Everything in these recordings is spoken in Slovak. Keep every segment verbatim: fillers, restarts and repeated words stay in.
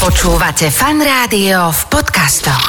Počúvate Fan Rádio v podcastoch.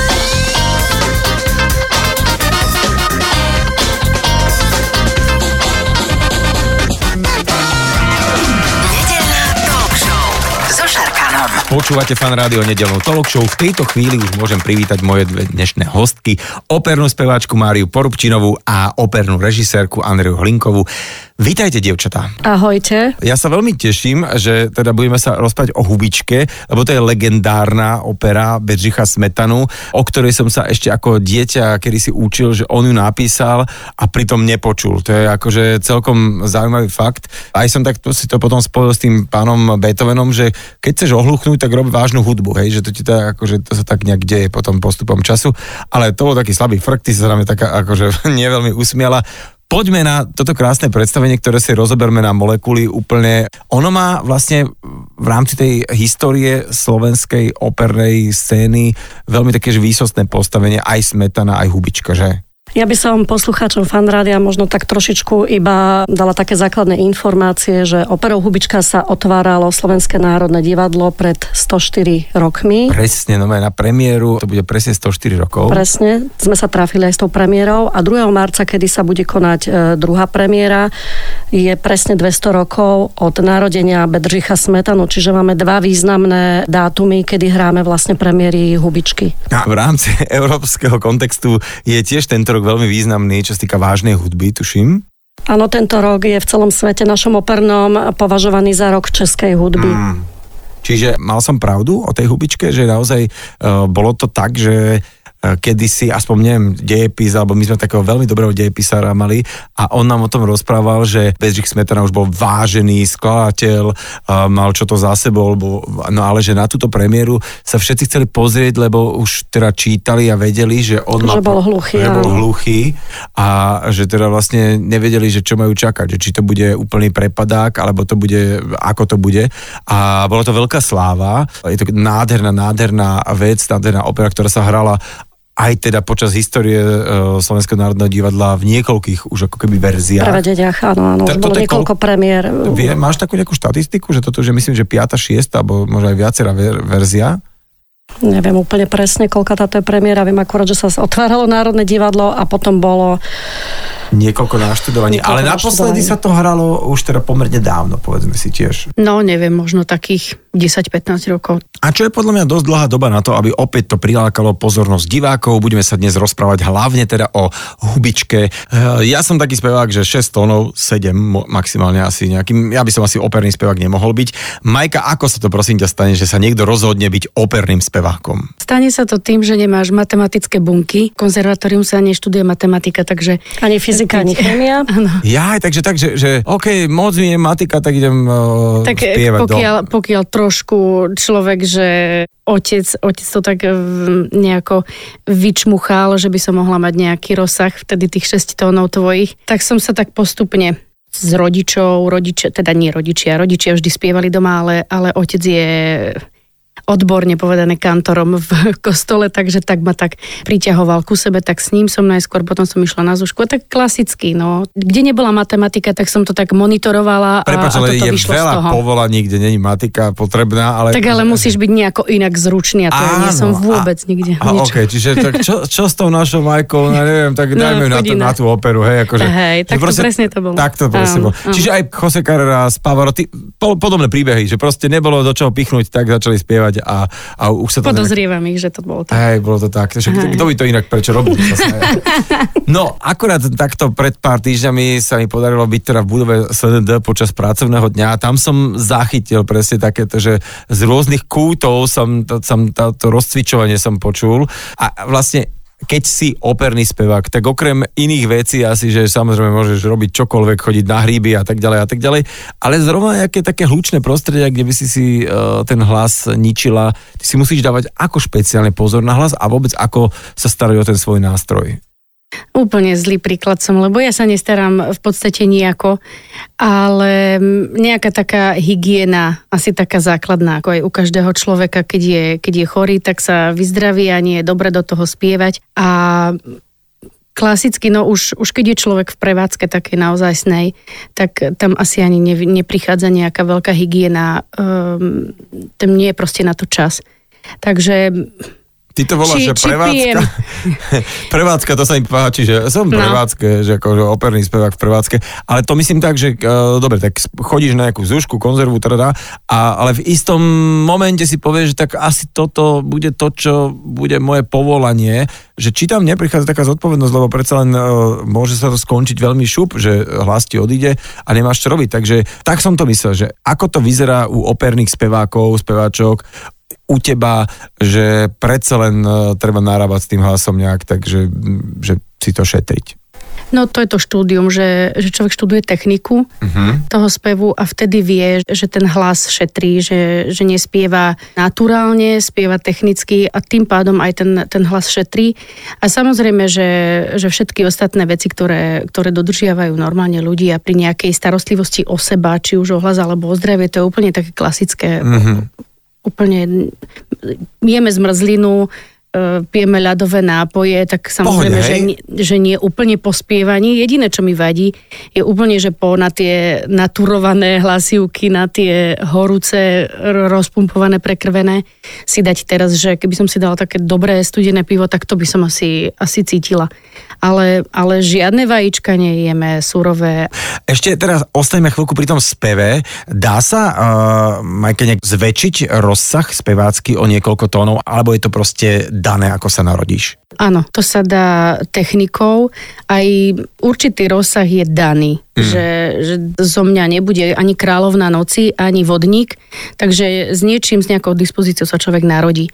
Počúvate Fan Rádio, nedeľnú talk show. V tejto chvíli už môžem privítať moje dve dnešné hostky, opernú speváčku Máriu Porubčinovú a opernú režisérku Andreju Hlinkovú. Vítajte, dievčatá. Ahojte. Ja sa veľmi teším, že teda budeme sa rozprávať o Hubičke, lebo to je legendárna opera Bedřicha Smetanu, o ktorej som sa ešte ako dieťa kedy si učil, že on ju napísal a pritom nepočul. To je akože celkom zaujímavý fakt. Aj som tak to si to potom spojil s tým pánom Beethovenom, že keď chceš ohluchnúť, tak robí vážnu hudbu, hej, že to ti tak, akože to sa tak nejak deje potom postupom času. Ale to bol taký slabý frk, ty sa tam taká akože nie veľmi usmiala. Poďme na toto krásne predstavenie, ktoré si rozoberme na molekuly úplne. Ono má vlastne v rámci tej histórie slovenskej opernej scény veľmi také výsostné postavenie, aj Smetana, aj Hubička, že? Ja by som poslucháčom Fan Rádia možno tak trošičku iba dala také základné informácie, že operou Hubička sa otváralo Slovenské národné divadlo pred stoštyri rokmi. Presne, no na premiéru, to bude presne stoštyri rokov. Presne, sme sa trafili aj s tou premiérou a druhého marca, kedy sa bude konať e, druhá premiéra, je presne dvesto rokov od narodenia Bedřicha Smetanu, čiže máme dva významné dátumy, kedy hráme vlastne premiéry Hubičky. A v rámci európskeho kontextu je tiež tento rok veľmi významný, čo sa týka vážnej hudby, tuším. Áno, tento rok je v celom svete našom opernom považovaný za rok českej hudby. Mm. Čiže mal som pravdu o tej Hubičke, že naozaj uh, bolo to tak, že kedysi, aspoň neviem, dejepis, alebo my sme takého veľmi dobrého dejepisára mali a on nám o tom rozprával, že Bedřich Smetana už bol vážený skladateľ, mal čo to za sebou, no ale že na túto premiéru sa všetci chceli pozrieť, lebo už teda čítali a vedeli, že on že bol hluchý, že bol hluchý a že teda vlastne nevedeli, že čo majú čakať, že či to bude úplný prepadák, alebo to bude, ako to bude. A bola to veľká sláva, je to nádherná, nádherná vec, nádherná opera, ktorá sa hrala aj teda počas histórie uh, Slovenského národného divadla v niekoľkých už ako keby verziách. Prevedeniach, áno, áno, už bolo niekoľko premiér. Vie, máš takú nejakú štatistiku, že toto, že myslím, že piata, šiesta, alebo možno aj viacerá ver- verzia? Neviem úplne presne, koľka táto je premiéra, viem akurát, že sa otváralo Národné divadlo a potom bolo niekoľko náštudovaní, ale naposledy sa to hralo už teda pomerne dávno, povedzme si tiež. No, neviem, možno takých desať pätnásť rokov. A čo je podľa mňa dosť dlhá doba na to, aby opäť to prilákalo pozornosť divákov. Budeme sa dnes rozprávať hlavne teda o Hubičke. Ja som taký spevák, že šesť tónov, sedem maximálne asi nejakým. Ja by som asi operný spevák nemohol byť. Majka, ako sa to prosím ťa stane, že sa niekto rozhodne byť operným spevákom? Stane sa to tým, že nemáš matematické bunky. Konzervatórium sa neštuduje matematika, takže ani fyzika, ani chémia. Jaj, takže tak, že, že OK, moc mi je matika, tak idem uh, tak spievať. Pokiaľ, do... pokiaľ trošku človek, že otec, otec to tak nejako vyčmuchal, že by som mohla mať nejaký rozsah vtedy tých šesť tónov tvojich, tak som sa tak postupne s rodičou, rodiče, teda nie rodičia, rodičia vždy spievali doma, ale, ale otec je odborne povedané kantorom v kostole, takže tak ma tak priťahoval ku sebe, tak s ním som najskôr, potom som išla na zúšku, tak klasicky, no. Kde nebola matematika, tak som to tak monitorovala a, Prepáč, a toto je vyšlo z toho. veľa povolaní, kde není matika potrebná, ale... Tak ale musíš byť nejako inak zručný a to ja nie som vôbec a, nikde. A, OK, čiže tak čo, čo s tou našou Majkou, no neviem, tak dajme no, na, tú, na tú operu, hej, akože... Hej, tak to presne to bolo. Tak to presne bolo. Čiže aj Jose Carreras, Pavarotti, po, podobné príbehy, že proste nebolo do čoho pichnúť, tak začali spievať a, a už sa to... Podozrievam nejak... ich, že to bolo tak. Hej, bolo to tak. Kto by to inak prečo robil? No, akorát takto pred pár týždňami sa mi podarilo byť teda v budove es en dé počas pracovného dňa a tam som zachytil presne takéto, že z rôznych kútov som, som to rozcvičovanie som počul a vlastne keď si operný spevák, tak okrem iných vecí asi, že samozrejme môžeš robiť čokoľvek, chodiť na hríby a tak ďalej a tak ďalej, ale zrovna nejaké také hlučné prostredie, kde by si si uh, ten hlas ničila, ty si musíš dávať ako špeciálne pozor na hlas a vôbec ako sa starať o ten svoj nástroj. Úplne zlý príklad som, lebo ja sa nestarám v podstate nejako, ale nejaká taká hygiena, asi taká základná, ako aj u každého človeka, keď je, keď je chorý, tak sa vyzdraví a nie je dobre do toho spievať a klasicky, no už, už keď je človek v prevádzke takej naozajstnej, tak tam asi ani ne, neprichádza nejaká veľká hygiena, um, tam nie je proste na to čas. Takže... Ty to voláš, či, že prevádzka? Prevádzka, to sa im páči, že som v prevádzke, no. Že akože operný spevák v prevádzke, ale to myslím tak, že uh, dobre, tak chodíš na nejakú zušku, konzervu, teda, a, ale v istom momente si povieš, že tak asi toto bude to, čo bude moje povolanie, že či tam neprichádza taká zodpovednosť, lebo predsa len uh, môže sa to skončiť veľmi šup, že hlas ti odíde a nemáš čo robiť. Takže tak som to myslel, že ako to vyzerá u operných spevákov, speváčok, u teba, že predsa len uh, treba narábať s tým hlasom nejak, takže že si to šetriť. No to je to štúdium, že, že človek študuje techniku uh-huh. toho spevu a vtedy vie, že ten hlas šetrí, že, že nespieva naturálne, spieva technicky a tým pádom aj ten, ten hlas šetrí. A samozrejme, že, že všetky ostatné veci, ktoré, ktoré dodržiavajú normálne ľudia pri nejakej starostlivosti o seba, či už o hlas alebo o zdravie, to je úplne také klasické. Uh-huh. Úplne jeme zmrzlinu, pijeme ľadové nápoje, tak samozrejme, že, že nie úplne po spievaní. Jediné, čo mi vadí, je úplne, že po na tie naturované hlasivky, na tie horúce, rozpumpované, prekrvené si dať teraz, že keby som si dala také dobré studené pivo, tak to by som asi, asi cítila. Ale, ale žiadne vajíčka nejeme, surové. Ešte teraz ostaňme chvíľku pri tom speve. Dá sa, uh, Majke, nejak zväčšiť rozsah spevácky o niekoľko tónov, alebo je to proste dané, ako sa narodíš? Áno, to sa dá technikou. Aj určitý rozsah je daný. Mm. Že, že zo mňa nebude ani kráľovna noci, ani vodník. Takže s niečím, s nejakou dispozíciou sa človek narodí.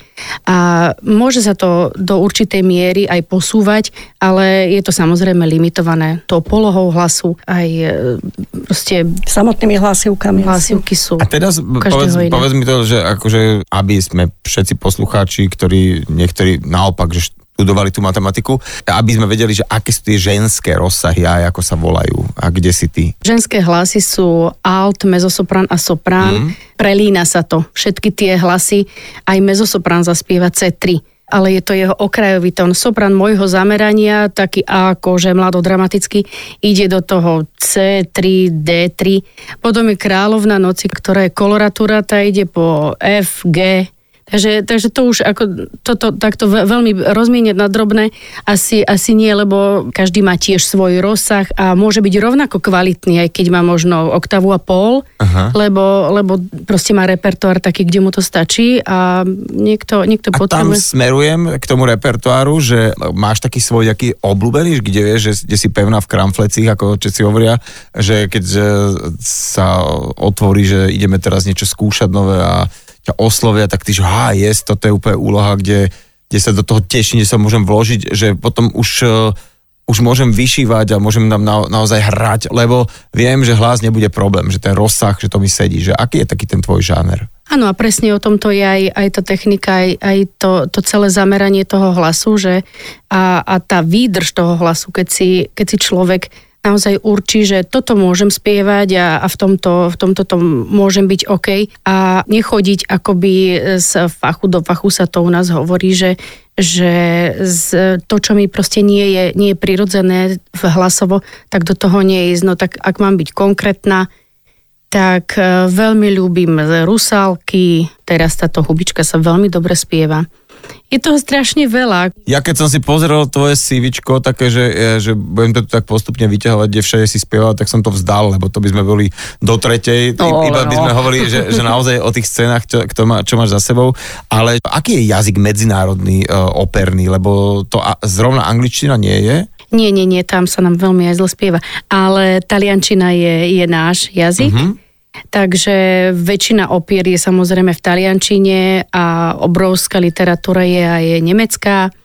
A môže sa to do určitej miery aj posúvať, ale je to samozrejme limitované tou polohou hlasu, aj proste... Samotnými hlasivkami. Hlasivky sú. A teraz povedz, povedz mi to, že akože, aby sme všetci poslucháči, ktorí niektorí naopak, že študovali tú matematiku, aby sme vedeli, že aké sú tie ženské rozsahy a ako sa volajú a kde si ty. Ženské hlasy sú alt, mezosoprán a soprán. Mm. Prelína sa to. Všetky tie hlasy, aj mezosoprán zaspieva cé tri. Ale je to jeho okrajový tón. Soprán môjho zamerania, taký akože mladodramatický, ide do toho cé tri, dé tri. Potom je kráľovna noci, ktorá je koloratúra, tá ide po F, G. Takže, takže to už ako toto takto veľmi rozmieniať na drobné asi, asi nie, lebo každý má tiež svoj rozsah a môže byť rovnako kvalitný, aj keď má možno oktavu a pol, lebo, lebo proste má repertoár taký, kde mu to stačí a niekto, niekto a potrebuje. A tam smerujem k tomu repertoáru, že máš taký svoj aký obľúbený, kde vieš, že, že si pevná v kramflecích, ako Česi hovoria, že keď sa otvorí, že ideme teraz niečo skúšať nové a ťa oslovia, tak ty, že há, jest, toto je úplne úloha, kde, kde sa do toho teším, kde sa môžem vložiť, že potom už, uh, už môžem vyšívať a môžem tam na, naozaj hrať, lebo viem, že hlas nebude problém, že ten rozsah, že to mi sedí, že aký je taký ten tvoj žáner? Áno, a presne o tomto je aj, aj tá technika, aj, aj to, to celé zameranie toho hlasu, že a, a tá výdrž toho hlasu, keď si, keď si človek naozaj určí, že toto môžem spievať a, a v tomto, v tomto to môžem byť OK a nechodiť akoby z fachu do fachu, sa to u nás hovorí, že, že z, to, čo mi proste nie je, nie je prirodzené v hlasovo, tak do toho nie ísť. No tak ak mám byť konkrétna, tak veľmi ľúbim Rusálky, teraz táto hubička sa veľmi dobre spieva. Je toho strašne veľa. Ja keď som si pozrel tvoje CVčko, také, že, že budem to tak postupne vyťahovať, kde všade si spieval, tak som to vzdal, lebo to by sme boli do tretej, no, iba no. by sme hovorili, že, že naozaj o tých scénach, čo, kto má, čo máš za sebou, ale aký je jazyk medzinárodný, uh, operný, lebo to a, zrovna angličtina nie je? Nie, nie, nie, tam sa nám veľmi aj zle spieva, ale taliančina je, je náš jazyk. Uh-huh. Takže väčšina opier je samozrejme v taliančine a obrovská literatúra je aj nemecká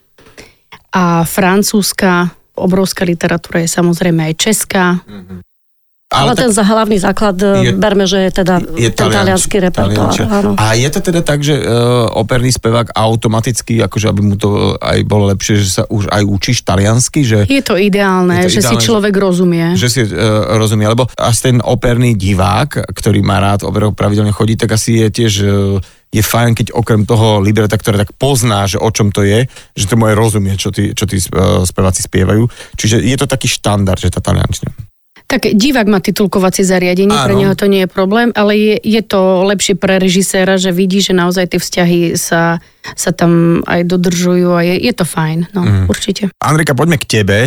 a francúzska. Obrovská literatúra je samozrejme aj česká. Mm-hmm. Ale, Ale ten tak, hlavný základ je, berme, že je teda je ten taliansky repertoár. A je to teda tak, že uh, operný spevák automaticky, akože aby mu to aj bolo lepšie, že sa už aj učíš taliansky? Že je to ideálne, je to že ideálne, si človek rozumie. Že si uh, rozumie, lebo asi ten operný divák, ktorý má rád operou pravidelne chodí, tak asi je tiež uh, je fajn, keď okrem toho libreta, ktoré tak pozná, že o čom to je, že to moje rozumie, čo tí, čo tí speváci spievajú. Čiže je to taký štandard, že tá taliančina. Tak divák má titulkovacie zariadenie, áno. Pre neho to nie je problém, ale je, je to lepšie pre režiséra, že vidí, že naozaj tie vzťahy sa, sa tam aj dodržujú a je, je to fajn, no mm. určite. Andrejka, poďme k tebe.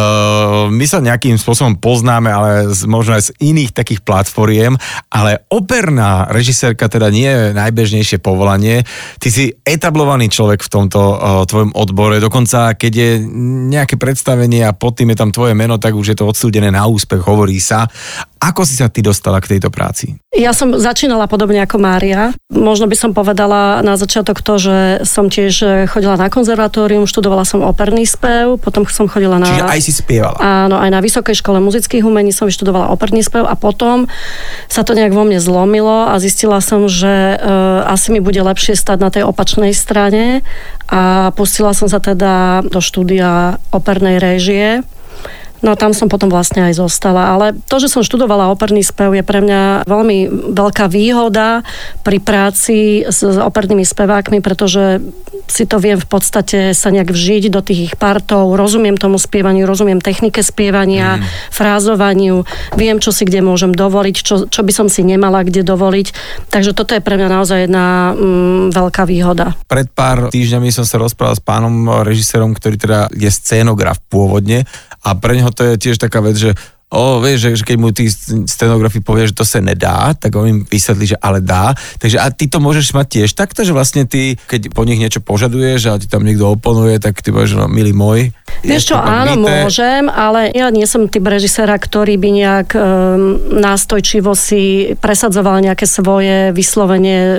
Uh, my sa nejakým spôsobom poznáme, ale z, možno aj z iných takých platformiem, ale operná režisérka teda nie je najbežnejšie povolanie. Ty si etablovaný človek v tomto uh, tvojom odbore, dokonca keď je nejaké predstavenie a pod tým je tam tvoje meno, tak už je to odsúdené na úspech, hovorí sa. Ako si sa ty dostala k tejto práci? Ja som začínala podobne ako Mária. Možno by som povedala na začiatok to, že som tiež chodila na konzervatórium, študovala som operný spev, potom som chodila na... Čiže aj si spievala? Áno, aj na Vysokej škole muzických umení som vyštudovala operný spev a potom sa to nejak vo mne zlomilo a zistila som, že uh, asi mi bude lepšie stať na tej opačnej strane a pustila som sa teda do štúdia opernej réžie. No tam som potom vlastne aj zostala, ale to, že som študovala operný spev, je pre mňa veľmi veľká výhoda pri práci s, s opernými spevákmi, pretože si to viem v podstate sa nejak vžiť do tých ich partov, rozumiem tomu spievaniu, rozumiem technike spievania, mm. frázovaniu, viem, čo si kde môžem dovoliť, čo, čo by som si nemala kde dovoliť, takže toto je pre mňa naozaj jedna mm, veľká výhoda. Pred pár týždňami som sa rozprával s pánom režisérom, ktorý teda je scénograf pôvodne a pre neho to je tiež taká vec, že o, vieš, že, že keď mu tí scenografi povie, že to sa nedá, tak on im vysvetlí, že ale dá. Takže a ty to môžeš mať tiež takto, že vlastne ty, keď po nich niečo požaduješ a ti tam niekto oponuje, tak ty povieš, no milý môj. Vieš čo, áno, víte. Môžem, ale ja nie som typ režiséra, ktorý by nejak um, nástojčivo si presadzoval nejaké svoje vyslovenie.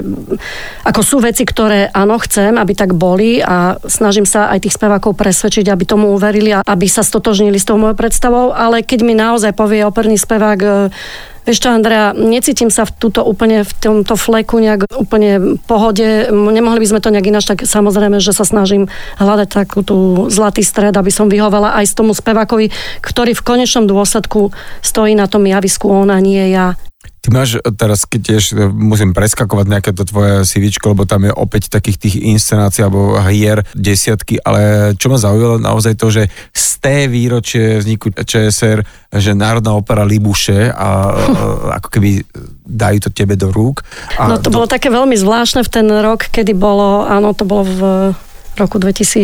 Ako sú veci, ktoré áno, chcem, aby tak boli a snažím sa aj tých spevákov presvedčiť, aby tomu uverili a aby sa stotožnili s tou mojou predstavou, ale keď mi naozaj povie operný spevák, vieš čo, Andrea, necítim sa v túto úplne v tomto fleku nejak úplne pohode, nemohli by sme to nejak ináč, tak samozrejme, že sa snažím hľadať takú tú zlatý stred, aby som vyhovala aj z tomu spevákovi, ktorý v konečnom dôsledku stojí na tom javisku, on a nie ja. Ty máš teraz, keď tiež musím preskakovať nejaké to tvoje CVčko, lebo tam je opäť takých tých inscenácií alebo hier desiatky, ale čo ma zaujalo naozaj to, že z té výročie vzniku ČSR, že Národná opera Libuše a ako keby dajú to tebe do rúk. A no to do... bolo také veľmi zvláštne v ten rok, kedy bolo, áno, to bolo v roku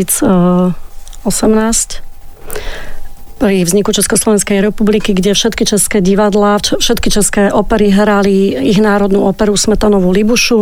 dvetisícosemnásť. Pri vzniku Československej republiky, kde všetky české divadlá, všetky české opery hrali ich národnú operu Smetanovú Libušu.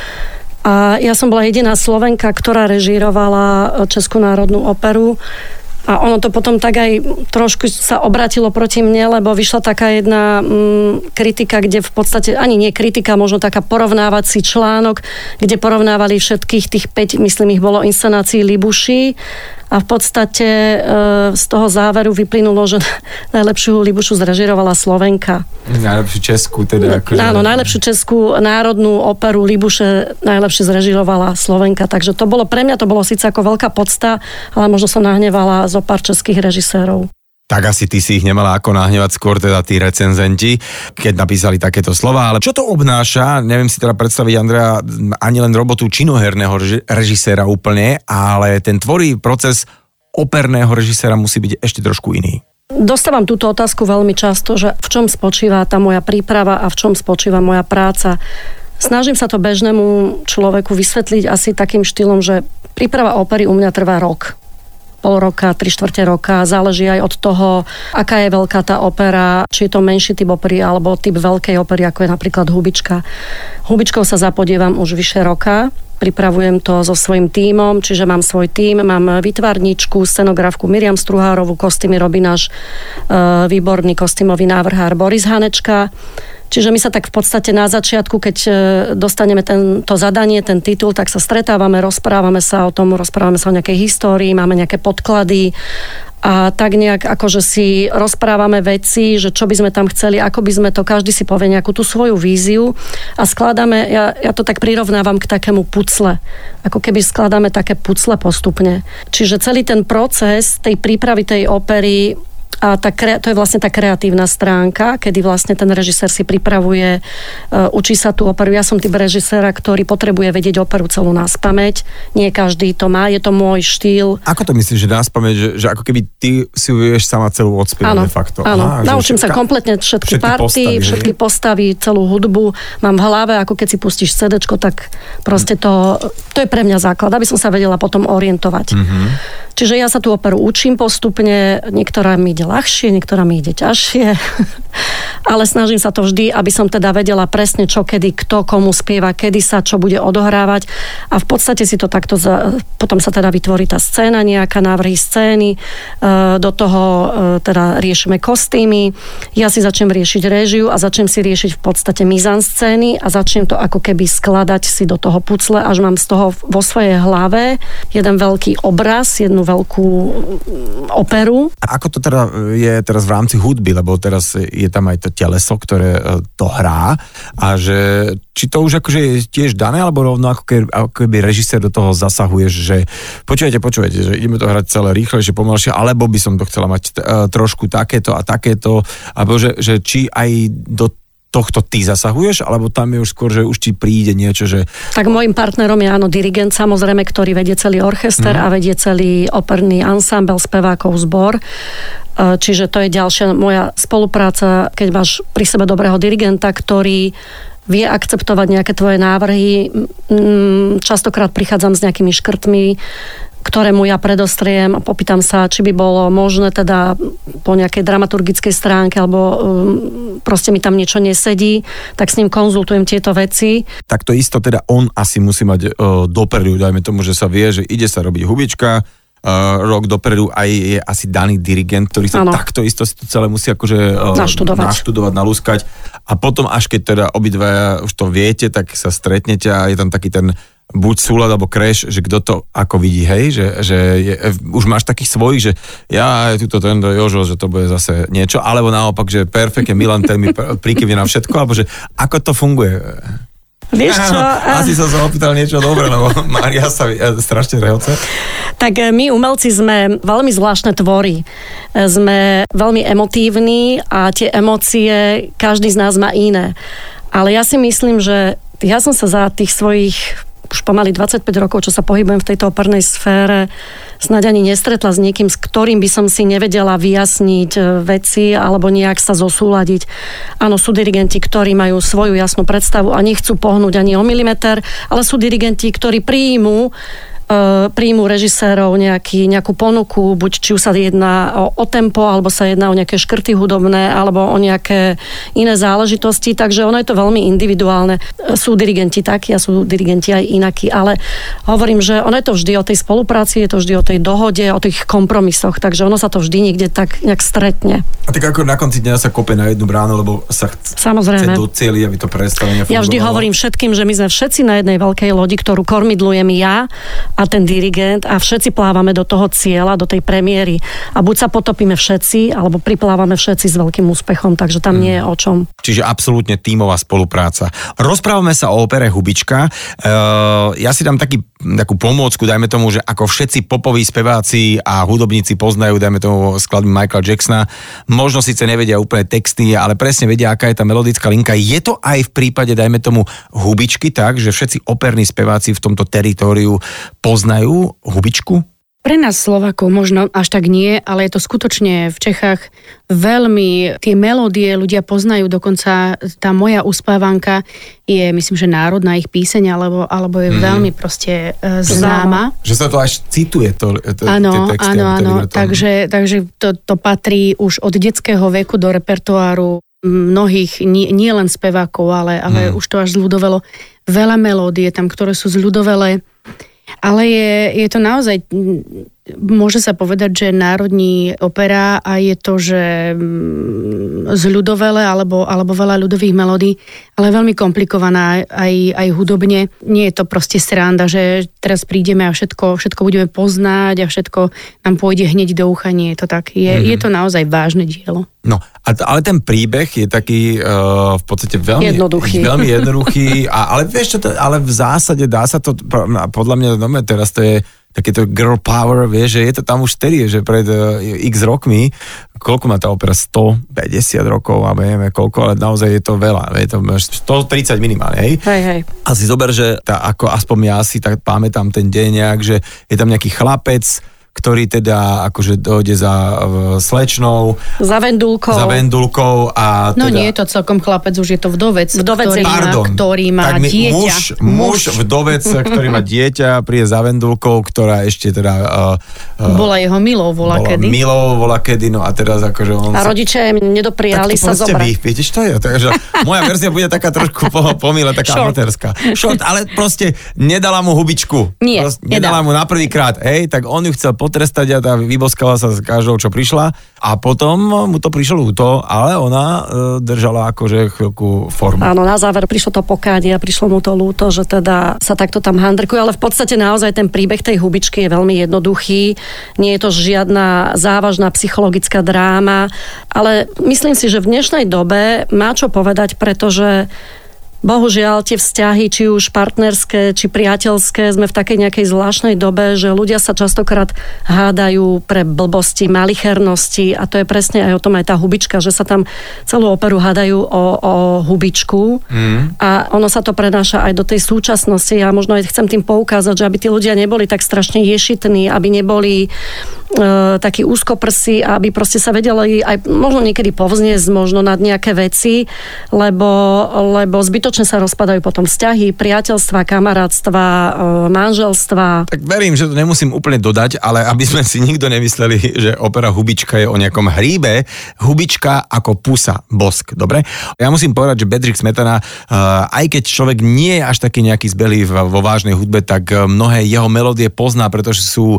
A ja som bola jediná Slovenka, ktorá režírovala Českú národnú operu. A ono to potom tak aj trošku sa obratilo proti mne, lebo vyšla taká jedna mm, kritika, kde v podstate, ani nie kritika, možno taká porovnávací článok, kde porovnávali všetkých tých päť, myslím, ich bolo inscenácií Libuší. A v podstate e, z toho záveru vyplynulo, že najlepšiu Libušu zrežirovala Slovenka. Najlepšiu českú teda. Akože... Áno, najlepšiu českú národnú operu Libuše najlepšie zrežirovala Slovenka. Takže to bolo pre mňa, to bolo síce ako veľká podsta, ale možno som nahnevala zo pár českých režisérov. Tak asi ty si ich nemala ako nahnevať, skôr teda tí recenzenti, keď napísali takéto slova. Ale čo to obnáša, neviem si teda predstaviť, Andrea, ani len robotu činoherného režiséra úplne, ale ten tvorivý proces operného režiséra musí byť ešte trošku iný. Dostávam túto otázku veľmi často, že v čom spočíva tá moja príprava a v čom spočíva moja práca. Snažím sa to bežnému človeku vysvetliť asi takým štýlom, že príprava opery u mňa trvá rok. Pol roka, tri štvrte roka, záleží aj od toho, aká je veľká tá opera, či je to menší typ opery, alebo typ veľkej opery, ako je napríklad Hubička. Hubičkou sa zapodievam už vyše roka, pripravujem to so svojím tímom, čiže mám svoj tím, mám výtvarničku, scenografku Miriam Struhárovú, kostýmy robí náš e, výborný kostýmový návrhár Boris Hanečka. Čiže my sa tak v podstate na začiatku, keď dostaneme ten, to zadanie, ten titul, tak sa stretávame, rozprávame sa o tom, rozprávame sa o nejakej histórii, máme nejaké podklady a tak nejak akože si rozprávame veci, že čo by sme tam chceli, ako by sme to, každý si povie nejakú tú svoju víziu a skladáme, ja, ja to tak prirovnávam k takému pucle, ako keby skladáme také pucle postupne. Čiže celý ten proces tej prípravy tej opery A tá, to je vlastne tá kreatívna stránka, kedy vlastne ten režisér si pripravuje, uh, učí sa tú operu. Ja som typ režiséra, ktorý potrebuje vedieť operu celú naspamäť. Nie každý to má, je to môj štýl. Ako to myslíš, že naspamäť, že, že ako keby ty si ju vieš sama celú odspievať de facto? Áno, Aha, naučím všetka, sa kompletne všetky, všetky party, postavy, všetky hej? postavy, celú hudbu. Mám v hlave, ako keď si pustíš cédečko, tak proste to, to je pre mňa základ, aby som sa vedela potom orientovať. Mm-hmm. Čiže ja sa tú operu učím postupne, niektorá mi ide ľahšie, niektorá mi ide ťažšie, ale snažím sa to vždy, aby som teda vedela presne čo, kedy, kto, komu spieva, kedy sa čo bude odohrávať a v podstate si to takto, za, potom sa teda vytvorí tá scéna, nejaká návrhy scény, do toho teda riešime kostýmy, ja si začnem riešiť réžiu a začnem si riešiť v podstate mizanscény a začnem to ako keby skladať si do toho pucle, až mám z toho vo svojej hlave jeden veľký obraz, jednu veľkú operu. A ako to teda je teraz v rámci hudby, lebo teraz je tam aj to teleso, ktoré to hrá a že či to už akože je tiež dané, alebo rovno ako keby, ako keby režisér do toho zasahuješ, že počujete, počujete, že ideme to hrať celé rýchlejšie, pomalšie, alebo by som to chcela mať t- trošku takéto a takéto, alebo že, že či aj do tohto ty zasahuješ, alebo tam je už skôr, že už ti príde niečo, že... Tak môjim partnerom je áno dirigent, samozrejme, ktorý vedie celý orchester mm. a vedie celý operný ansámbel, spevákov, zbor. Čiže to je ďalšia moja spolupráca, keď máš pri sebe dobrého dirigenta, ktorý vie akceptovať nejaké tvoje návrhy. Častokrát prichádzam s nejakými škrtmi, ktoré mu ja predostriem a popýtam sa, či by bolo možné teda po nejakej dramaturgickej stránke alebo um, proste mi tam niečo nesedí, tak s ním konzultujem tieto veci. Tak to isto teda on asi musí mať uh, dopredu, dajme tomu, že sa vie, že ide sa robiť hubička, uh, rok dopredu aj je asi daný dirigent, ktorý sa ano. takto isto si to celé musí akože uh, naštudovať. naštudovať, nalúskať a potom až keď teda obidvaja už to viete, tak sa stretnete a je tam taký ten buď súlad alebo crash, že kto to ako vidí, hej, že, že je, už máš takých svojich, že ja aj túto tento Jožo, že to bude zase niečo, alebo naopak, že perfektne Milan ten mi prikyvne na všetko, alebo že ako to funguje? Vieš čo? Asi som sa opýtal niečo dobré, lebo Mária sa strašne rehoce. Tak my umelci sme veľmi zvláštne tvory. Sme veľmi emotívni a tie emócie každý z nás má iné. Ale ja si myslím, že ja som sa za tých svojich už pomaly dvadsaťpäť rokov, čo sa pohybujem v tejto opernej sfére, snáď ani nestretla s niekým, s ktorým by som si nevedela vyjasniť veci alebo nejak sa zosúladiť. Áno, sú dirigenti, ktorí majú svoju jasnú predstavu a nechcú pohnúť ani o milimeter, ale sú dirigenti, ktorí príjmu príjmu režisérov nejaký, nejakú ponuku, buď či už sa jedná o, o tempo, alebo sa jedná o nejaké škrty hudobné, alebo o nejaké iné záležitosti, takže ono je to veľmi individuálne. Sú dirigenti takí a sú dirigenti aj inakí, ale hovorím, že ono je to vždy o tej spolupráci, je to vždy o tej dohode, o tých kompromisoch, takže ono sa to vždy niekde tak nejak stretne. A tak ako na konci dňa sa kope na jednu bránu, lebo sa chce, Samozrejme. chce docieliť, aby to predstavenie fungovalo. Ja vždy hovorím všetkým, že my sme všetci na jednej veľkej lodi, ktorú kormidlujem ja a ten dirigent a všetci plávame do toho cieľa, do tej premiéry. A buď sa potopíme všetci, alebo priplávame všetci s veľkým úspechom, takže tam hmm. nie je o čom. Čiže absolútne tímová spolupráca. Rozprávame sa o opere Hubička. Uh, ja si dám taký, takú pomôcku, dajme tomu, že ako všetci popoví speváci a hudobníci poznajú, dajme tomu skladby Michaela Jacksona, možno síce nevedia úplne texty, ale presne vedia, aká je tá melodická linka. Je to aj v prípade, dajme tomu, Hubičky tak, že všetci operní speváci v tomto teritóriu poznajú Hubičku? Pre nás Slovákov možno až tak nie, ale je to skutočne v Čechách veľmi, tie melódie ľudia poznajú, dokonca tá moja uspávanka je, myslím, že národná ich píseň, alebo, alebo je mm. veľmi proste e, známa. Že sa to až cituje, to, to, áno, tie texty. Áno, áno, takže, takže to, to patrí už od detského veku do repertoáru mnohých, nie, nie len spevákov, ale, ale mm. už to až zľudovelo. Veľa melódie tam, ktoré sú zľudovelé. Ale je, je to naozaj, môže sa povedať, že národní opera a je to, že zľudovele alebo, alebo veľa ľudových melódií, ale veľmi komplikovaná aj, aj hudobne. Nie je to proste sranda, že teraz prídeme a všetko, všetko budeme poznať a všetko nám pôjde hneď do ucha. Nie je to tak. Je, mm-hmm. je to naozaj vážne dielo. No, ale ten príbeh je taký uh, v podstate veľmi jednoduchý. Veľmi jednoduchý a, ale vieš čo, to, ale v zásade dá sa to, podľa mňa, no teraz to je takéto girl power, vieš, že je to tam už vtedy, že pred uh, x rokmi, koľko má tá opera, stopäťdesiat rokov, a neviem koľko, ale naozaj je to veľa, je to stotridsať minimálne, hej? Hej, hej. A si zober, že tá, ako aspoň ja si tak pamätám ten deň nejak, že je tam nejaký chlapec, ktorý teda akože dojde za uh, slečnou. Za vendulkou. Za vendulkou a teda... No nie je to celkom chlapec, už je to vdovec, vdovec ktorý, má, ktorý má tak mi, dieťa. Muž, muž, vdovec, ktorý má dieťa, príde za vendulkou, ktorá ešte teda... Uh, uh, bola jeho milou, bola kedy. Milou, bola kedy, no a teraz akože on... A sa... rodičia im nedopriali sa zobrať. Vy, viete, čo je? Takže moja verzia bude taká trošku pomýle, taká amatérska. Short, ale proste nedala mu hubičku. Nie, proste, nedala mu na prvýkrát, hej, tak on ju chcel potrestať a tá vyboskala sa s každou, čo prišla a potom mu to prišlo ľúto, ale ona e, držala akože chvíľku formu. Áno, na záver prišlo to pokánie a prišlo mu to ľúto, že teda sa takto tam handrkuje, ale v podstate naozaj ten príbeh tej hubičky je veľmi jednoduchý. Nie je to žiadna závažná psychologická dráma, ale myslím si, že v dnešnej dobe má čo povedať, pretože bohužiaľ tie vzťahy, či už partnerské, či priateľské, sme v takej nejakej zvláštnej dobe, že ľudia sa častokrát hádajú pre blbosti, malichernosti a to je presne aj o tom aj tá hubička, že sa tam celú operu hádajú o, o hubičku mm. a ono sa to prenáša aj do tej súčasnosti. Ja možno aj chcem tým poukázať, že aby tí ľudia neboli tak strašne ješitní, aby neboli e, takí úzkoprsí, aby proste sa vedeli aj možno niekedy povzniesť možno nad nejaké veci, lebo, lebo zbytočne sa rozpadajú potom vzťahy, priateľstva, kamarátstva, manželstva. Tak verím, že to nemusím úplne dodať, ale aby sme si nikto nemysleli, že opera Hubička je o nejakom hríbe, Hubička ako pusa, bosk, dobre? Ja musím povedať, že Bedřich Smetana, aj keď človek nie je až taký nejaký zbelý vo vážnej hudbe, tak mnohé jeho melódie pozná, pretože sú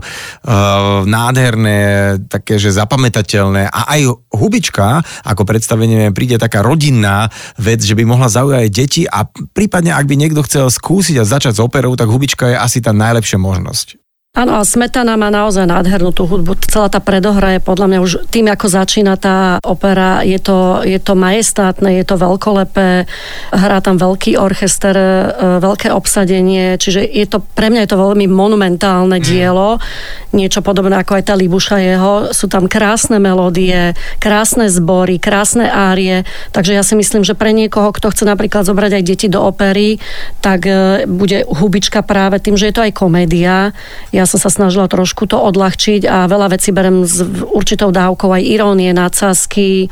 nádherné, také, že zapamätateľné a aj Hubička ako predstavenie príde taká rodinná vec, že by mohla zaujať deti a prípadne, ak by niekto chcel skúsiť a začať s operou, tak Hubička je asi tá najlepšia možnosť. Áno, a Smetana má naozaj nádhernú tú hudbu. Celá tá predohra je podľa mňa už tým, ako začína tá opera, je to, je to majestátne, je to veľkolepé, hrá tam veľký orchester, veľké obsadenie, čiže je to, pre mňa je to veľmi monumentálne dielo, niečo podobné ako aj tá Libuša jeho. Sú tam krásne melódie, krásne zbory, krásne árie, takže ja si myslím, že pre niekoho, kto chce napríklad zobrať aj deti do opery, tak bude Hubička práve tým, že je to aj komédia. Ja som sa snažila trošku to odľahčiť a veľa vecí berem s určitou dávkou aj irónie, nadsázky.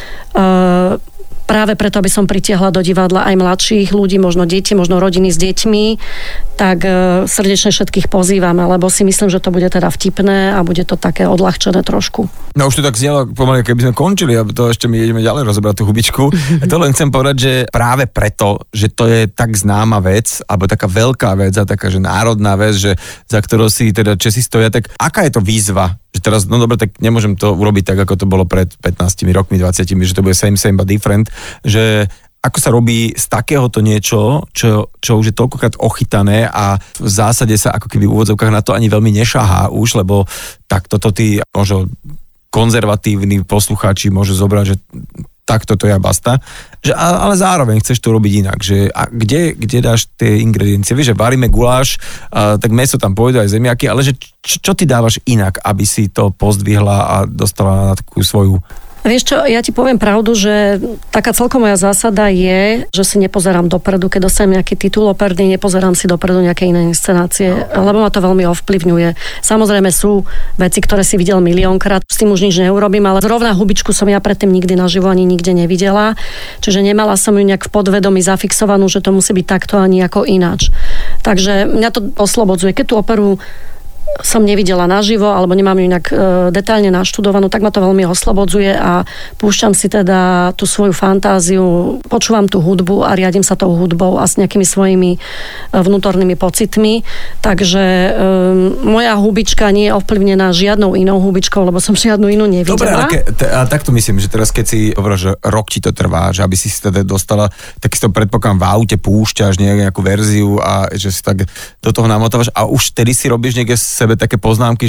Uh, práve preto, aby som pritiahla do divadla aj mladších ľudí, možno deti, možno rodiny s deťmi, tak uh, srdečne všetkých pozývame, lebo si myslím, že to bude teda vtipné a bude to také odľahčené trošku. No už to tak znelo pomaly, keby sme končili, a to ešte my ideme ďalej rozobrať tú Hubičku. To len chcem povedať, že práve preto, že to je tak známa vec, alebo taká veľká vec a taká, že národná vec, že za ktorou si teda Česi stoja, tak aká je to výzva? Že teraz, no dobre, tak nemôžem to urobiť tak, ako to bolo pred pätnástimi rokmi, dvadsiatimi, že to bude same, same, but different, že ako sa robí z takéhoto niečo, čo, čo už je toľkokrát ochytané a v zásade sa ako keby v úvodzovkách na to ani veľmi nešahá už, lebo tak toto tí možno konzervatívni poslucháči môžu zobrať, že takto to je a basta. Že, ale zároveň chceš to robiť inak. Že, a kde, kde dáš tie ingrediencie? Vieš, že varíme guláš, a, tak mäso tam pôjde aj zemiaky, ale že čo, čo ty dávaš inak, aby si to pozdvihla a dostala na takú svoju... Vieš čo, ja ti poviem pravdu, že taká celkom moja zásada je, že si nepozerám dopredu, keď dostanem nejaký titul operný, nepozerám si dopredu nejaké iné inscenácie, no. Lebo ma to veľmi ovplyvňuje. Samozrejme sú veci, ktoré si videl miliónkrát, s tým už nič neurobím, ale zrovna Hubičku som ja predtým nikdy naživo ani nikde nevidela, čiže nemala som ju nejak v podvedomí zafixovanú, že to musí byť takto ani ako ináč. Takže mňa to oslobodzuje. Keď tú operu som nevidela naživo, alebo nemám ju nejak e, detailne naštudovanú, tak ma to veľmi oslobodzuje a púšťam si teda tú svoju fantáziu, počúvam tú hudbu a riadím sa tou hudbou a s nejakými svojimi e, vnútornými pocitmi. Takže e, moja hubička nie je ovplyvnená žiadnou inou hubičkou, lebo som žiadnu inú nevidela. Dobre, ale, ke, te, ale takto myslím, že teraz keď si hovoríš, že rok ti to trvá, že aby si si teda dostala, tak si to predpokladám v aute púšťaš nejakú verziu a že si tak do toho namotávaš a už tedy si robíš niekde sebe také poznámky, že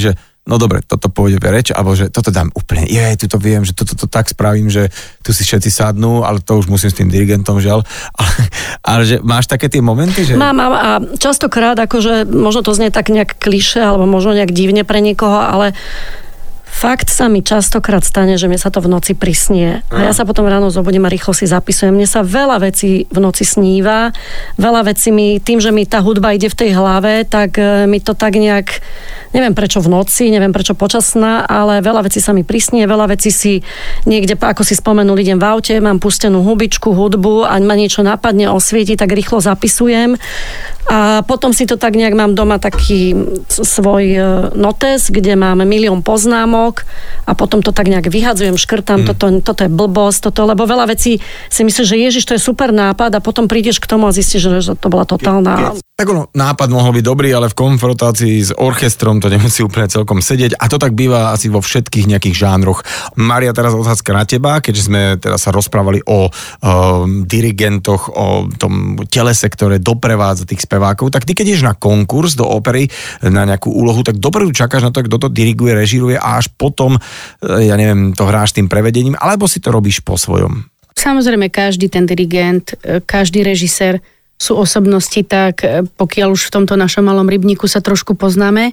no dobre, toto pôjde reč, alebo že toto dám úplne, je, tu to viem, že toto to tak spravím, že tu si všetci sadnú, ale to už musím s tým dirigentom, žiaľ. Ale, ale že máš také tie momenty, že... Mám, mám a častokrát, akože možno to znie tak nejak klišé, alebo možno nejak divne pre niekoho, ale fakt sa mi častokrát stane, že mi sa to v noci prisnie. A ja sa potom ráno zobudím a rýchlo si zapisujem. Mne sa veľa vecí v noci sníva, veľa vecí mi, tým, že mi tá hudba ide v tej hlave, tak mi to tak nejak, neviem prečo v noci, neviem prečo počas sna, ale veľa vecí sa mi prisnie, veľa vecí si niekde, ako si spomenul, idem v aute, mám pustenú hubičku, hudbu a ma niečo napadne, osvieti, tak rýchlo zapisujem. A potom si to tak nejak mám doma taký svoj notes, kde mám milión poznámok a potom to tak nejak vyhadzujem, škrtám, mm. toto, toto je blbosť, toto, lebo veľa vecí si myslíš, že ježiš, to je super nápad a potom prídeš k tomu a zistíš, že to bola totálna... Tak ono, nápad mohol byť dobrý, ale v konfrontácii s orchestrom to nemusí úplne celkom sedieť a to tak býva asi vo všetkých nejakých žánroch. Mária, teraz otázka na teba, keďže sme teraz sa rozprávali o, o dirigentoch, o tom telese, ktoré doprevádza tých spevákov, tak ty keď ideš na konkurs do opery, na nejakú úlohu, tak dopredu čakáš na to, kto to diriguje, režiruje a až potom, ja neviem, to hráš tým prevedením, alebo si to robíš po svojom? Samozrejme, každý ten dirigent, každý režisér sú osobnosti, tak pokiaľ už v tomto našom malom rybníku sa trošku poznáme,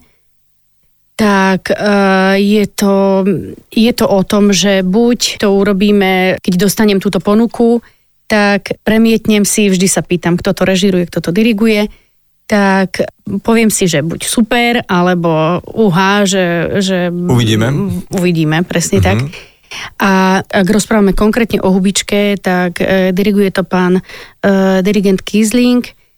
tak uh, je, to, je to o tom, že buď to urobíme, keď dostanem túto ponuku, tak premietnem si, vždy sa pýtam, kto to režiruje, kto to diriguje, tak poviem si, že buď super, alebo uhá, že... že uvidíme. Uvidíme, presne mm-hmm. tak. A ak rozprávame konkrétne o hubičke, tak e, diriguje to pán e, dirigent Kiesling,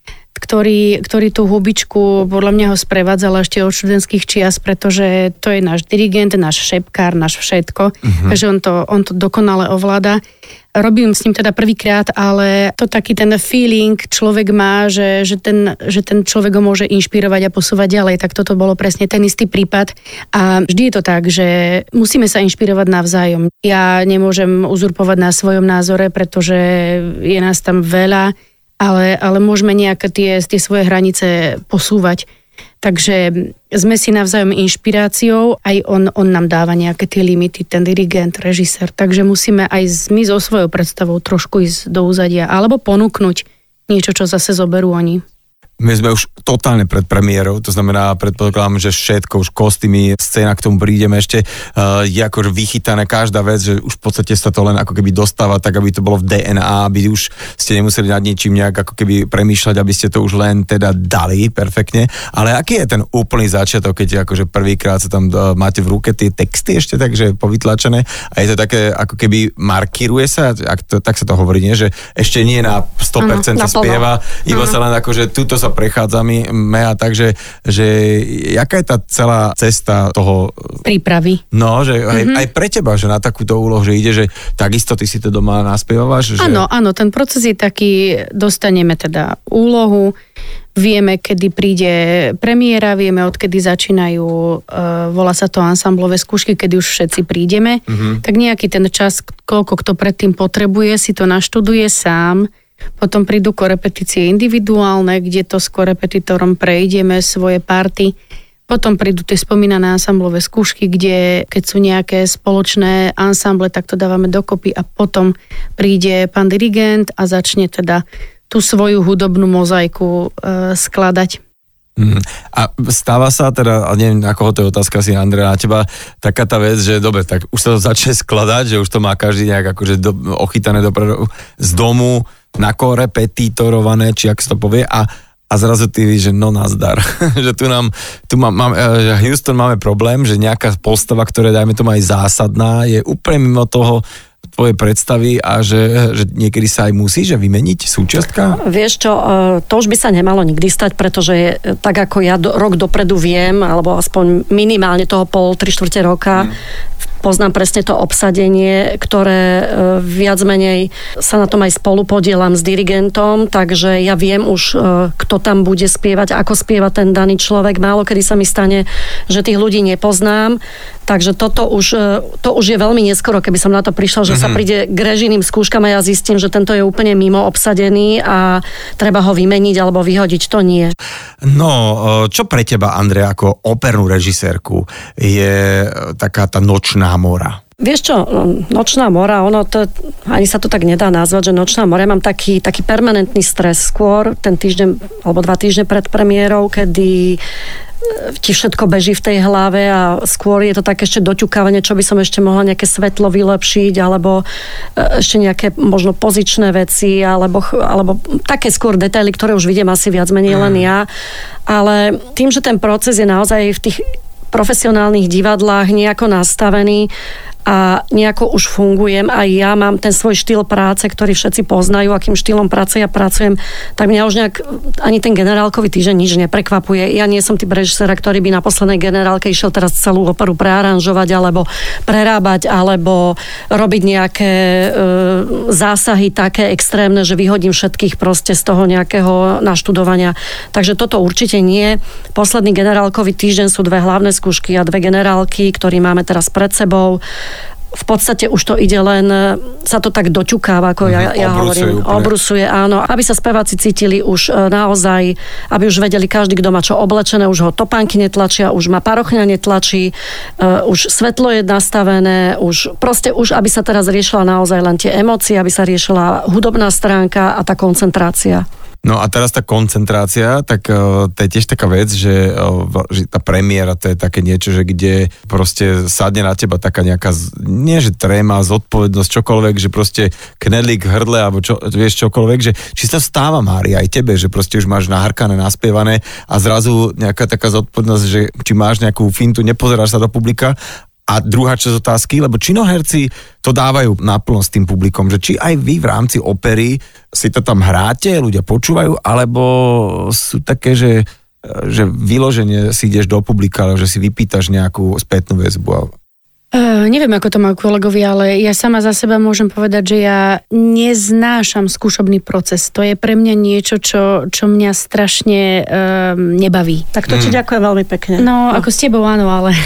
ktorý, ktorý tú hubičku, podľa mňa ho sprevádzal ešte od študentských čias, pretože to je náš dirigent, náš šepkár, náš všetko, mm-hmm. takže on to, on to dokonale ovláda. Robím s ním teda prvýkrát, ale to taký ten feeling človek má, že, že, ten, že ten človek ho môže inšpirovať a posúvať ďalej, tak toto bolo presne ten istý prípad. A vždy je to tak, že musíme sa inšpirovať navzájom. Ja nemôžem uzurpovať na svojom názore, pretože je nás tam veľa, ale, ale môžeme nejaké tie, tie svoje hranice posúvať. Takže sme si navzájom inšpiráciou, aj on, on nám dáva nejaké tie limity, ten dirigent, režisér, takže musíme aj my so svojou predstavou trošku ísť do úzadia, alebo ponúknuť niečo, čo zase zoberú oni. My sme už totálne pred premiérou, to znamená, predpokladám, že všetko, už kostýmy, scéna, k tomu prídeme ešte, uh, je akože vychytané každá vec, že už v podstate sa to len ako keby dostáva tak, aby to bolo v dé en á, aby už ste nemuseli nad ničím nejak ako keby premýšľať, aby ste to už len teda dali perfektne. Ale aký je ten úplný začiatok, keď akože prvýkrát sa tam uh, máte v ruke tie texty ešte takže povytlačené a je to také ako keby markíruje sa, ak to, tak sa to hovorí, nie? Že ešte nie na sto percent sa spieva, iba sa len akože túto sa prechádzame a takže, že jaká je tá celá cesta toho... prípravy. No, že aj, mm-hmm. aj pre teba, že na takúto úlohu, že ide, že takisto ty si to doma naspievaš? Že... Áno, áno, ten proces je taký, dostaneme teda úlohu, vieme, kedy príde premiéra, vieme, odkedy začínajú, uh, volá sa to ansamblové skúšky, kedy už všetci prídeme, mm-hmm. tak nejaký ten čas, koľko kto predtým potrebuje, si to naštuduje sám. Potom prídu korepetície individuálne, kde to s korepetitorom prejdeme svoje party. Potom prídu tie spomínané ansamblové skúšky, kde keď sú nejaké spoločné ansamble, tak to dávame dokopy a potom príde pán dirigent a začne teda tú svoju hudobnú mozaiku e, skladať. Mm. A stáva sa teda, a neviem, na koho to je otázka si, Andrea, na teba, taká tá vec, že dobre, tak už sa to začne skladať, že už to má každý nejak akože do, ochytané dopredu z domu, nakorepetítorované, či ak sa to povie, a, a zrazu ty víš, že no nazdar, že tu nám, tu má, mám, že Houston máme problém, že nejaká postava, ktorá dajme tomu aj zásadná, je úplne mimo toho tvoje predstavy a že, že niekedy sa aj musí, že vymeniť súčiastka? Vieš čo, to už by sa nemalo nikdy stať, pretože tak ako ja do, rok dopredu viem, alebo aspoň minimálne toho pol, tri štvrte roka, hmm. poznám presne to obsadenie, ktoré viac menej sa na tom aj spolu podielam s dirigentom, takže ja viem už, kto tam bude spievať, ako spieva ten daný človek. Málo kedy sa mi stane, že tých ľudí nepoznám. Takže toto už, to už je veľmi neskoro, keby som na to prišla, že mm-hmm. sa príde k režijným skúškam a ja zistím, že tento je úplne mimo obsadený a treba ho vymeniť alebo vyhodiť, to nie. No, čo pre teba, Andrea, ako opernú režisérku je taká tá nočná mora? Vieš čo, nočná mora, ono to, ani sa to tak nedá nazvať, že nočná mora, ja mám taký, taký permanentný stres skôr, ten týždeň alebo dva týždne pred premiérou, kedy ti všetko beží v tej hlave a skôr je to také ešte doťukávanie, čo by som ešte mohla nejaké svetlo vylepšiť, alebo ešte nejaké možno pozičné veci, alebo, alebo také skôr detaily, ktoré už vidím asi viac menej len ja. Ale tým, že ten proces je naozaj v tých profesionálnych divadlách nejako nastavený a nejako už fungujem a ja mám ten svoj štýl práce, ktorý všetci poznajú, akým štýlom práce ja pracujem, tak mňa už nejak ani ten generálkový týždeň nič neprekvapuje. Ja nie som typ režisera, ktorý by na poslednej generálke išiel teraz celú operu prearanžovať alebo prerábať alebo robiť nejaké e, zásahy také extrémne, že vyhodím všetkých proste z toho nejakého naštudovania. Takže toto určite nie. Posledný generálkový týždeň sú dve hlavné skúšky a dve generálky, ktoré máme teraz pred sebou. V podstate už to ide len, sa to tak doťukáva, ako ja, ja hovorím. Úplne. Obrusuje, áno. Aby sa speváci cítili už naozaj, aby už vedeli každý, kto má čo oblečené, už ho topánky netlačia, už má parochňa netlačí, uh, už svetlo je nastavené, už proste už, aby sa teraz riešila naozaj len tie emócie, aby sa riešila hudobná stránka a tá koncentrácia. No a teraz tá koncentrácia, tak uh, to je tiež taká vec, že, uh, že tá premiéra to je také niečo, že kde proste sadne na teba taká nejaká, nie že tréma, zodpovednosť, čokoľvek, že proste knedlík v hrdle, alebo čo, vieš čokoľvek, že či sa stáva, Mári, aj tebe, že proste už máš naharkané, naspievané a zrazu nejaká taká zodpovednosť, že či máš nejakú fintu, nepozeráš sa do publika. A druhá časť otázky, lebo činoherci to dávajú naplno s tým publikom, že či aj vy v rámci opery si to tam hráte, ľudia počúvajú, alebo sú také, že, že vyloženie si ideš do publika, ale že si vypýtaš nejakú spätnú väzbu. Uh, neviem, ako to majú kolegovia, ale ja sama za seba môžem povedať, že ja neznášam skúšobný proces. To je pre mňa niečo, čo, čo mňa strašne uh, nebaví. Tak to ti mm. ďakujem veľmi pekne. No, no, ako s tebou áno, ale,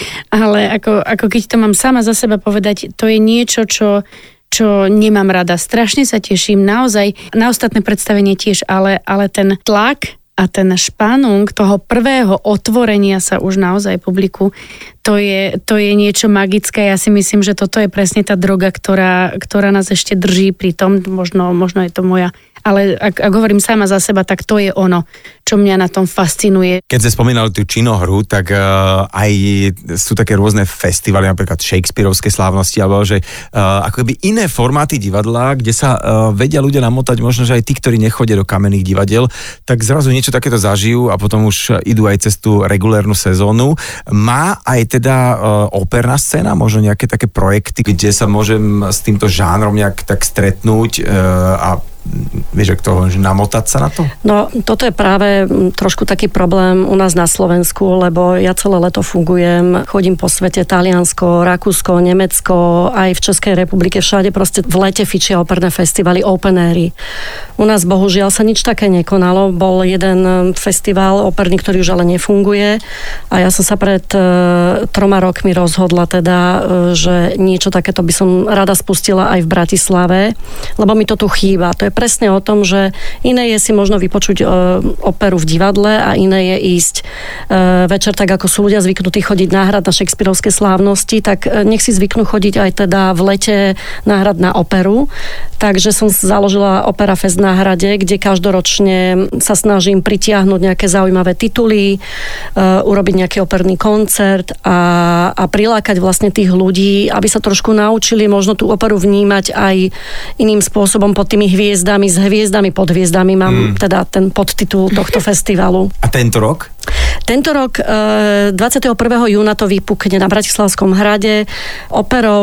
ale ako, ako keď to mám sama za seba povedať, to je niečo, čo čo nemám rada. Strašne sa teším, naozaj, na ostatné predstavenie tiež, ale, ale ten tlak a ten španung toho prvého otvorenia sa už naozaj publiku, to je, to je niečo magické. Ja si myslím, že toto je presne tá droga, ktorá, ktorá nás ešte drží pri tom, možno, možno je to moja, ale ak, ak hovorím sama za seba, tak to je ono, čo mňa na tom fascinuje. Keď ste spomínali tú činohru, tak uh, aj sú také rôzne festivaly, napríklad Shakespearovské slávnosti, alebo že uh, ako keby iné formáty divadla, kde sa uh, vedia ľudia namotať, možno, že aj tí, ktorí nechodia do kamenných divadiel, tak zrazu niečo takéto zažijú a potom už idú aj cez tú regulérnu sezónu. Má aj teda uh, operná scéna, možno nejaké také projekty, kde sa môžem s týmto žánrom nejak tak stretnúť uh, a vieš, ak toho, že namotať sa na to? No, toto je práve trošku taký problém u nás na Slovensku, lebo ja celé leto fungujem, chodím po svete, Taliansko, Rakúsko, Nemecko, aj v Českej republike, všade proste v lete fičia operné festivaly, open airy. U nás bohužiaľ sa nič také nekonalo. Bol jeden festival operný, ktorý už ale nefunguje a ja som sa pred uh, troma rokmi rozhodla teda, uh, že niečo takéto by som rada spustila aj v Bratislave, lebo mi to tu chýba. To je presne o tom, že iné je si možno vypočuť e, operu v divadle a iné je ísť e, večer, tak ako sú ľudia zvyknutí chodiť na hrad na Shakespearovské slávnosti, tak e, nech si zvyknú chodiť aj teda v lete na hrad na operu. Takže som založila Opera Fest na hrade, kde každoročne sa snažím pritiahnuť nejaké zaujímavé tituly, e, urobiť nejaký operný koncert a, a prilákať vlastne tých ľudí, aby sa trošku naučili možno tú operu vnímať aj iným spôsobom pod tými hviezdami, s hviezdami, pod hviezdami. Mám mm. teda ten podtitul tohto festivalu. A tento rok? Tento rok dvadsiateho prvého júna to vypukne na Bratislavskom hrade operou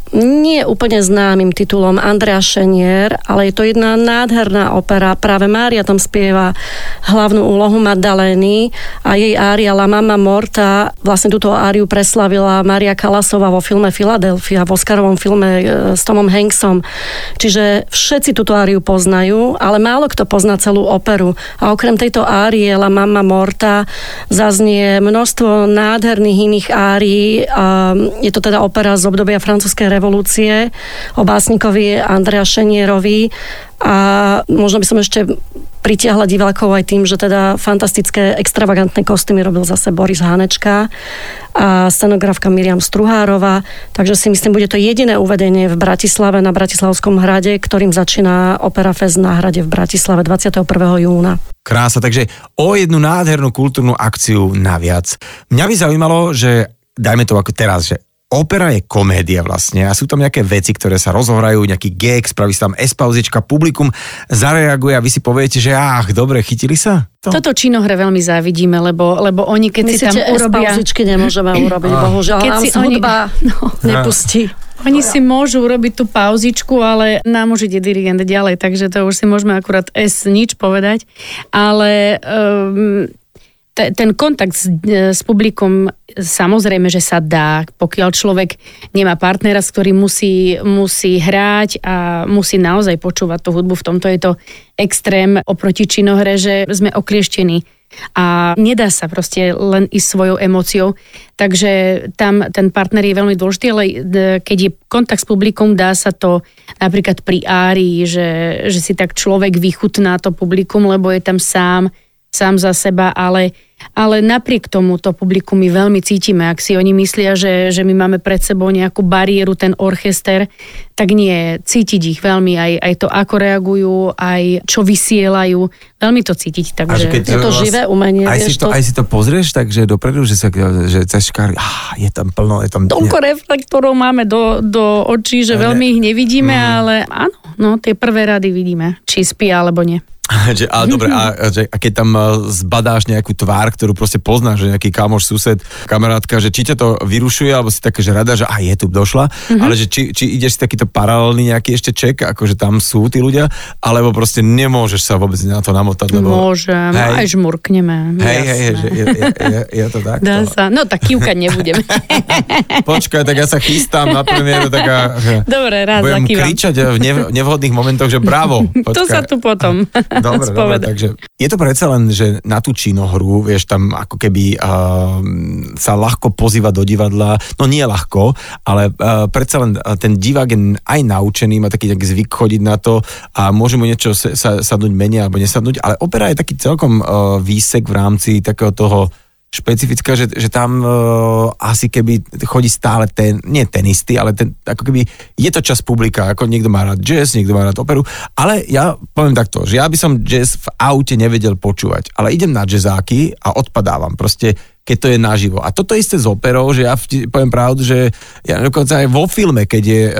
nie úplne známym titulom Andrea Chenier, ale je to jedna nádherná opera. Práve Mária tam spieva hlavnú úlohu Magdalény a jej ária La Mamma Morta, vlastne túto áriu preslavila Mária Kalasová vo filme Philadelphia, v Oscarovom filme s Tomom Hanksom. Čiže všetci túto áriu poznajú, ale málo kto pozná celú operu. A okrem tejto árie La Mamma Morta zaznie množstvo nádherných iných árií. Je to teda opera z obdobia francúzskej revolúcie o básnikovi Andrea Chenierovi a možno by som ešte pritiahla divákov aj tým, že teda fantastické extravagantné kostýmy robil zase Boris Hanečka a scenografka Miriam Struhárova, takže si myslím, bude to jediné uvedenie v Bratislave na Bratislavskom hrade, ktorým začína Opera Fest na hrade v Bratislave dvadsiateho prvého júna. Krása, takže o jednu nádhernú kultúrnu akciu naviac. Mňa by zaujímalo, že dajme to ako teraz, že opera je komédia vlastne a sú tam nejaké veci, ktoré sa rozohrajú, nejaký gag, spraví sa tam S-pauzička, publikum zareaguje a vy si poviete, že ach, dobre, chytili sa? To? Toto činohre veľmi závidíme, lebo, lebo oni keď Myslíte, si tam urobia... S-pauzičky nemôžeme urobiť, bohužiaľ, keď nám si hudba oni... no. nepustí. Oni si môžu urobiť tú pauzičku, ale nám už ide dirigent ďalej, takže to už si môžeme akurát S nič povedať, ale... Um, ten kontakt s, s publikom samozrejme, že sa dá, pokiaľ človek nemá partnera, s ktorým musí, musí hrať a musí naozaj počúvať tú hudbu. V tomto je to extrém oproti činohre, že sme oklieštení a nedá sa proste len ísť svojou emóciou. Takže tam ten partner je veľmi dôležitý, ale keď je kontakt s publikum, dá sa to napríklad pri árii, že, že si tak človek vychutná to publikum, lebo je tam sám, sám za seba, ale Ale napriek tomu to publikum my veľmi cítime. Ak si oni myslia, že, že my máme pred sebou nejakú bariéru, ten orchester, tak nie, cítiť ich veľmi, aj, aj to, ako reagujú, aj čo vysielajú, veľmi to cítiť. Takže je to živé umenie. Aj si to, to... aj si to pozrieš, takže dopredu, že sa že ceškári, ah, je tam plno, je tam... Toľko reflektorov máme do, do očí, že veľmi ich nevidíme, mm. ale áno, no, tie prvé rady vidíme, či spia alebo nie. Že, ale dobre, a, že, a keď tam zbadáš nejakú tvár, ktorú proste poznáš, že nejaký kamoš, sused, kamarátka, že či ťa to vyrušuje, alebo si také, že rada, že a je tu došla, mm-hmm. ale že či, či ideš si takýto paralelný nejaký ešte ček, akože tam sú tí ľudia, alebo proste nemôžeš sa vôbec na to namotať, lebo... Môžem, hej, aj žmurkneme. Hej, hej, hej, že je, je, je, je to tak? Dá sa, no tak kývkať nebudeme. Počkaj, tak ja sa chystám na premiéru, tak a, dobre, raz budem zakývam. kričať v nev- nevhodných momentoch, že bravo. Počkaj. To sa tu potom... Dobre, dobre, takže je to predsa len, že na tú činohru, vieš, tam ako keby uh, sa ľahko pozýva do divadla, no nie ľahko, ale uh, predsa len uh, ten divák je aj naučený, má taký nejaký zvyk chodiť na to a môže mu niečo sa, sa, sadnúť menej alebo nesadnúť, ale opera je taký celkom uh, výsek v rámci takého toho špecifická, že, že tam uh, asi keby chodí stále ten, nie ten istý, ale ten, ako keby je to čas publika, ako niekto má rád jazz, niekto má rád operu, ale ja poviem takto, že ja by som jazz v aute nevedel počúvať, ale idem na jazzáky a odpadávam, proste keď to je naživo. A toto isté s operou, že ja poviem pravdu, že ja dokonca aj vo filme, keď je uh,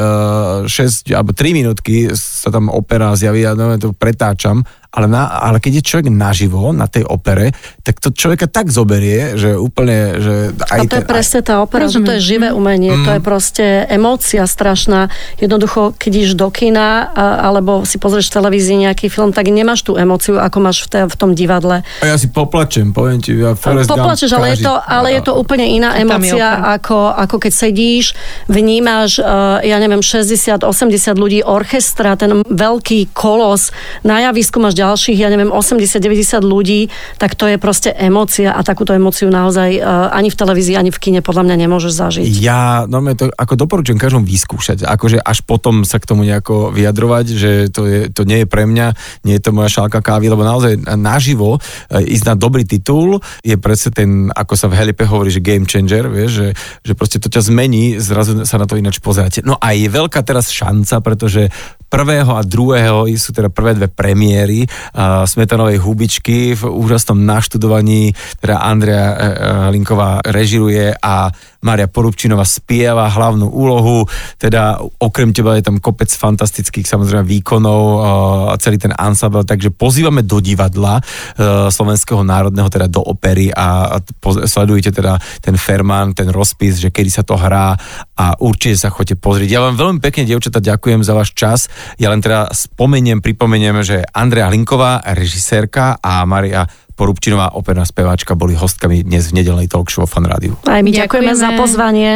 šesť alebo tri minútky sa tam opera zjaví, ja to pretáčam, ale, na, ale keď je človek naživo na tej opere, tak to človeka tak zoberie, že úplne, že aj a to ten, je presne tá opera, aj... že to je živé umenie, mm. to je proste emócia strašná. Jednoducho, keď ideš do kina a, alebo si pozrieš v televízii nejaký film, tak nemáš tú emóciu, ako máš v, te, v tom divadle. A ja si poplačem, poviem ti, ja Forrest Gump, poplačeš, ale je to, ale je to úplne iná emócia, ako, ako keď sedíš, vnímaš, uh, ja neviem, šesťdesiat osemdesiat ľudí, orchestra, ten veľký kolos, na javisku máš ďalších, ja neviem, osemdesiat deväťdesiat ľudí, tak to je proste emócia a takúto emóciu naozaj uh, ani v televízii, ani v kine podľa mňa nemôžeš zažiť. Ja normálne to ako doporučujem každému vyskúšať, akože až potom sa k tomu nejako vyjadrovať, že to, je, to nie je pre mňa, nie je to moja šálka kávy, lebo naozaj naživo uh, ísť na dobrý titul je predsa ten, ako sa v Helipe hovorí, že game changer, vieš, že, že proste to ťa zmení, zrazu sa na to ináč pozeráte. No a je veľká teraz šanca, pretože prvého a druhého sú teda prvé dve premiéry uh, Smetanovej Hubičky v úžasnom naštudovaní, teda Andrea uh, Linková režiruje a Mária Porubčinová spieva hlavnú úlohu, teda okrem teba je tam kopec fantastických samozrejme výkonov a uh, celý ten ansábel, takže pozývame do divadla uh, Slovenského národného, teda do opery a, a po, sledujte teda ten ferman, ten rozpis, že kedy sa to hrá a určite sa choďte pozrieť. Ja vám veľmi pekne, dievčatá, ďakujem za váš čas. Ja len teda spomeniem, pripomeniem, že Andrea Hlinková, režisérka, a Mária Porubčinová, operná speváčka, boli hostkami dnes v nedeľnej talk show Fan Rádiu. Aj my ďakujeme, ďakujeme za pozvanie.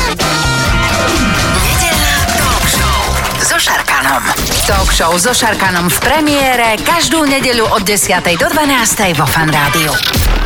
Nedeľná talk show so Šarkanom. Talk show so Šarkanom v premiére každú nedeľu od desiatej do dvanástej vo Fan Rádiu.